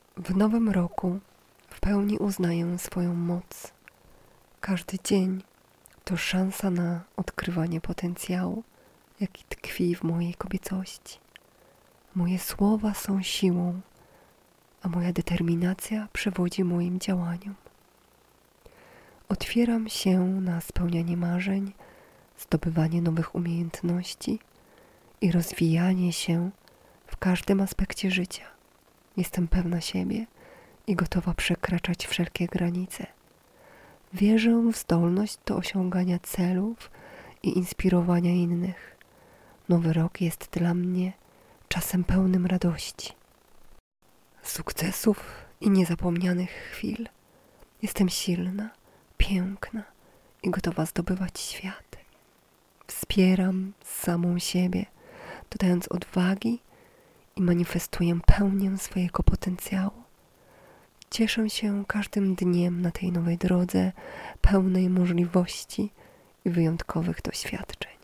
W nowym roku w pełni uznaję swoją moc. Każdy dzień to szansa na odkrywanie potencjału, jaki tkwi w mojej kobiecości. Moje słowa są siłą, a moja determinacja przewodzi moim działaniom. Otwieram się na spełnianie marzeń, zdobywanie nowych umiejętności i rozwijanie się w każdym aspekcie życia. Jestem pewna siebie i gotowa przekraczać wszelkie granice. Wierzę w zdolność do osiągania celów i inspirowania innych. Nowy rok jest dla mnie czasem pełnym radości, sukcesów i niezapomnianych chwil. Jestem silna, piękna i gotowa zdobywać świat. Wspieram samą siebie, dodając odwagi i manifestuję pełnię swojego potencjału. Cieszę się każdym dniem na tej nowej drodze, pełnej możliwości i wyjątkowych doświadczeń.